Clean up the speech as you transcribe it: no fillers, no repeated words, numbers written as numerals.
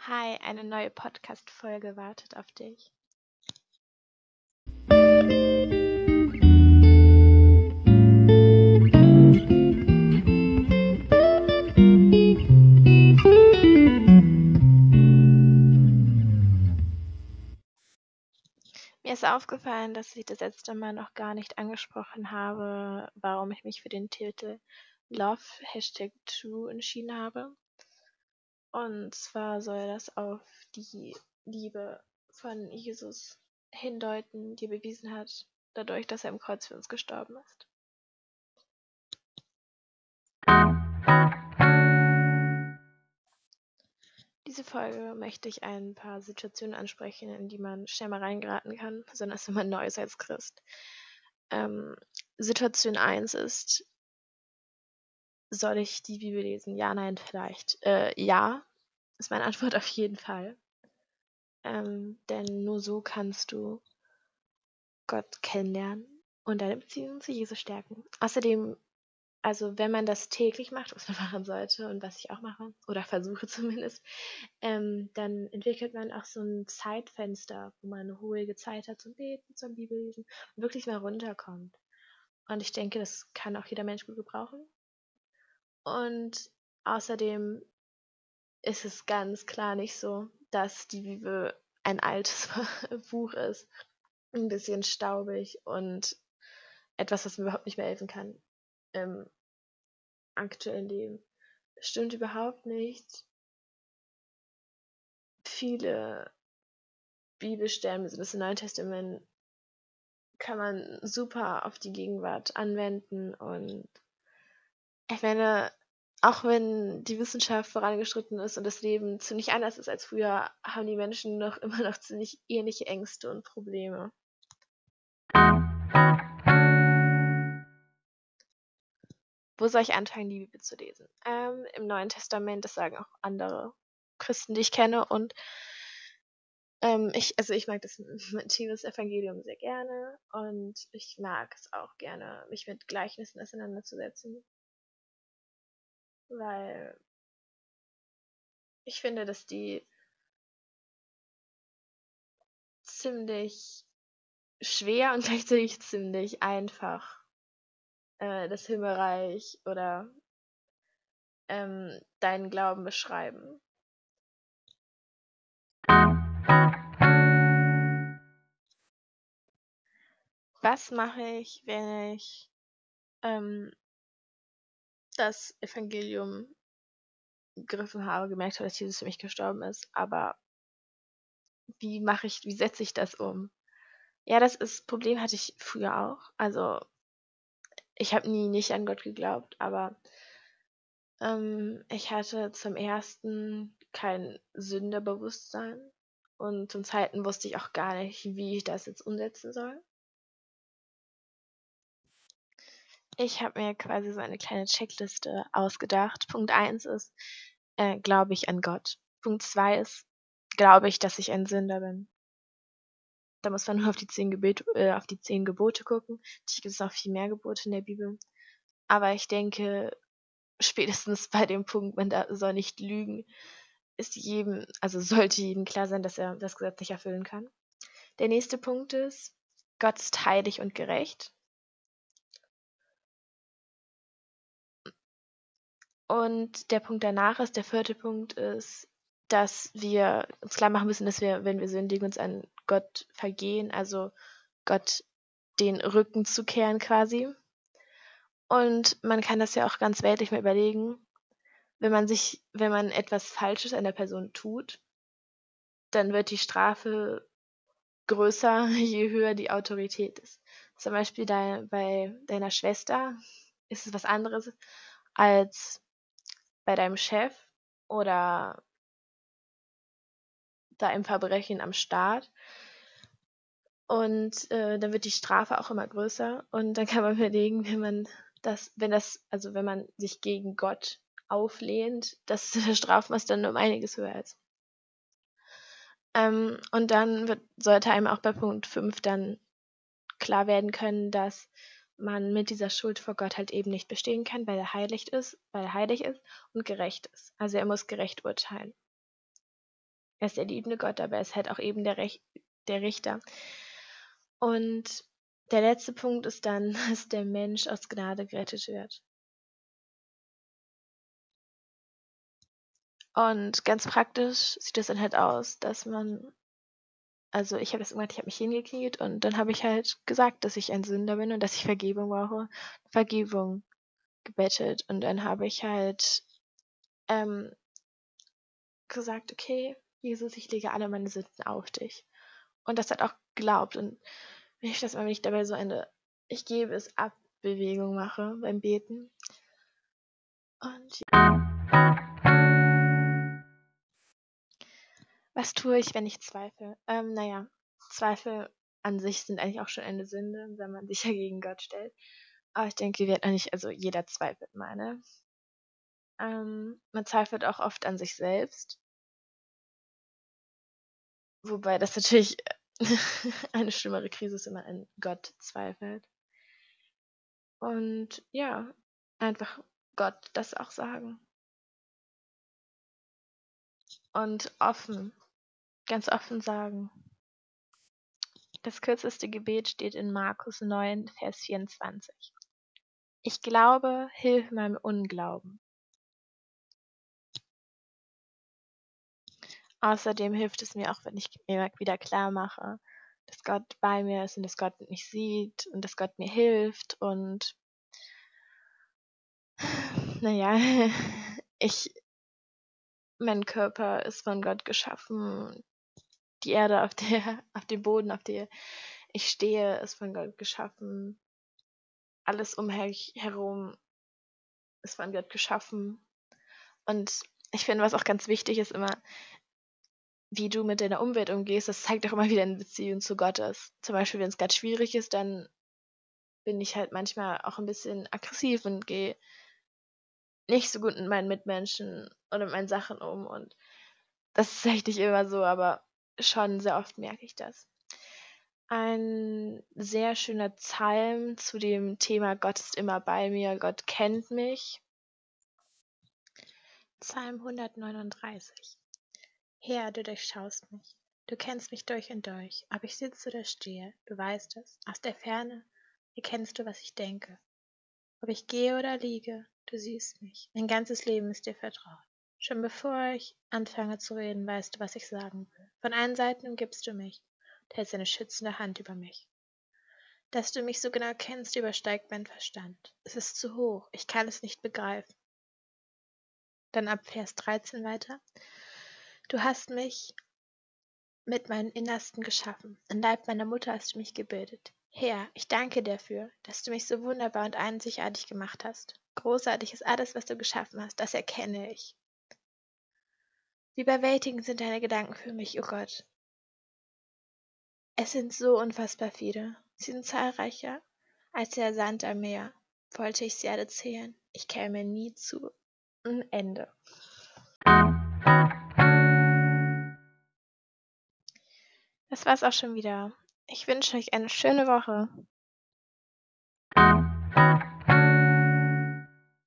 Hi, eine neue Podcast-Folge wartet auf dich. Mir ist aufgefallen, dass ich das letzte Mal noch gar nicht angesprochen habe, warum ich mich für den Titel Love #True entschieden habe. Und zwar soll das auf die Liebe von Jesus hindeuten, die er bewiesen hat, dadurch, dass er im Kreuz für uns gestorben ist. Diese Folge möchte ich ein paar Situationen ansprechen, in die man schnell mal reingeraten kann, besonders wenn man neu ist als Christ. Situation 1 ist, soll ich die Bibel lesen? Ja, nein, vielleicht. Ja, ist meine Antwort auf jeden Fall. Denn nur so kannst du Gott kennenlernen und deine Beziehung zu Jesus stärken. Außerdem, also wenn man das täglich macht, was man machen sollte und was ich auch mache, oder versuche zumindest, dann entwickelt man auch so ein Zeitfenster, wo man eine ruhige Zeit hat zum Beten, zum Bibellesen und wirklich mal runterkommt. Und ich denke, das kann auch jeder Mensch gut gebrauchen. Und außerdem ist es ganz klar nicht so, dass die Bibel ein altes Buch ist, ein bisschen staubig und etwas, das mir überhaupt nicht mehr helfen kann im aktuellen Leben. Das stimmt überhaupt nicht. Viele Bibelstellen, besonders im Neuen Testament, kann man super auf die Gegenwart anwenden. Und ich meine, auch wenn die Wissenschaft vorangeschritten ist und das Leben ziemlich anders ist als früher, haben die Menschen noch immer noch ziemlich ähnliche Ängste und Probleme. Wo soll ich anfangen, die Bibel zu lesen? Im Neuen Testament, das sagen auch andere Christen, die ich kenne. Und ich mag das Matthäus-Evangelium sehr gerne und ich mag es auch gerne, mich mit Gleichnissen auseinanderzusetzen, weil ich finde, dass die ziemlich schwer und gleichzeitig ziemlich einfach das Himmelreich oder deinen Glauben beschreiben. Was mache ich, wenn ich das Evangelium gegriffen habe, gemerkt habe, dass Jesus für mich gestorben ist, aber wie setze ich das um? Ja, Problem hatte ich früher auch. Also, ich habe nie nicht an Gott geglaubt, aber ich hatte zum Ersten kein Sünderbewusstsein und zum Zweiten wusste ich auch gar nicht, wie ich das jetzt umsetzen soll. Ich habe mir quasi so eine kleine Checkliste ausgedacht. Punkt 1 ist, glaube ich an Gott. Punkt 2 ist, glaube ich, dass ich ein Sünder bin. Da muss man nur auf die 10 Gebote gucken. Natürlich gibt es noch viel mehr Gebote in der Bibel. Aber ich denke, spätestens bei dem Punkt, man soll nicht lügen, sollte jedem klar sein, dass er das Gesetz nicht erfüllen kann. Der nächste Punkt ist, Gott ist heilig und gerecht. Und der Punkt danach ist, der vierte Punkt ist, dass wir uns klar machen müssen, dass wir, wenn wir sündigen, uns an Gott vergehen, also Gott den Rücken zu kehren quasi. Und man kann das ja auch ganz weltlich mal überlegen, wenn man etwas Falsches einer Person tut, dann wird die Strafe größer, je höher die Autorität ist. Zum Beispiel bei deiner Schwester ist es was anderes als bei deinem Chef oder da im Verbrechen am Staat. Und dann wird die Strafe auch immer größer. Und dann kann man überlegen, wenn man sich gegen Gott auflehnt, dass der Strafmaß dann um einiges höher ist. Und dann sollte einem auch bei Punkt 5 dann klar werden können, dass man mit dieser Schuld vor Gott halt eben nicht bestehen kann, weil er heilig ist und gerecht ist. Also er muss gerecht urteilen. Er ist der liebende Gott, aber er ist halt auch eben der Richter. Und der letzte Punkt ist dann, dass der Mensch aus Gnade gerettet wird. Und ganz praktisch sieht das dann halt aus, dass man, also ich habe das gemacht, ich habe mich hingekniet und dann habe ich halt gesagt, dass ich ein Sünder bin und dass ich Vergebung brauche. Vergebung gebettelt. Und dann habe ich halt ähm, gesagt, okay, Jesus, ich lege alle meine Sünden auf dich. Und das hat auch geglaubt. Und wenn ich das mal, wenn ich dabei so eine, ich gebe es ab, Bewegung mache beim Beten. Und was tue ich, wenn ich zweifle? Naja, Zweifel an sich sind eigentlich auch schon eine Sünde, wenn man sich ja gegen Gott stellt. Aber ich denke, wir werden eigentlich, also jeder zweifelt mal, ne? Man zweifelt auch oft an sich selbst, wobei das natürlich eine schlimmere Krise ist, wenn man an Gott zweifelt. Und ja, einfach Gott das auch sagen. Und offen, ganz offen sagen. Das kürzeste Gebet steht in Markus 9, Vers 24. Ich glaube, hilf meinem Unglauben. Außerdem hilft es mir auch, wenn ich mir wieder klar mache, dass Gott bei mir ist und dass Gott mich sieht und dass Gott mir hilft und naja, mein Körper ist von Gott geschaffen. Die Erde, auf dem Boden, auf der ich stehe, ist von Gott geschaffen. Alles herum ist von Gott geschaffen. Und ich finde, was auch ganz wichtig ist immer, wie du mit deiner Umwelt umgehst, das zeigt auch immer, wie deine Beziehung zu Gott ist. Zum Beispiel, wenn es gerade schwierig ist, dann bin ich halt manchmal auch ein bisschen aggressiv und gehe nicht so gut mit meinen Mitmenschen oder mit meinen Sachen um. Und das ist echt nicht immer so, aber schon sehr oft merke ich das. Ein sehr schöner Psalm zu dem Thema Gott ist immer bei mir, Gott kennt mich. Psalm 139. Herr, du durchschaust mich. Du kennst mich durch und durch, ob ich sitze oder stehe, du weißt es. Aus der Ferne erkennst du, was ich denke. Ob ich gehe oder liege, du siehst mich. Mein ganzes Leben ist dir vertraut. Schon bevor ich anfange zu reden, weißt du, was ich sagen will. Von allen Seiten umgibst du mich und hältst eine schützende Hand über mich. Dass du mich so genau kennst, übersteigt mein Verstand. Es ist zu hoch, ich kann es nicht begreifen. Dann ab Vers 13 weiter. Du hast mich mit meinem Innersten geschaffen. Im Leib meiner Mutter hast du mich gebildet. Herr, ich danke dir dafür, dass du mich so wunderbar und einzigartig gemacht hast. Großartig ist alles, was du geschaffen hast, das erkenne ich. Wie überwältigend sind deine Gedanken für mich, oh Gott. Es sind so unfassbar viele. Sie sind zahlreicher als der Sand am Meer. Wollte ich sie alle zählen, ich käme nie zu ein Ende. Das war's auch schon wieder. Ich wünsche euch eine schöne Woche.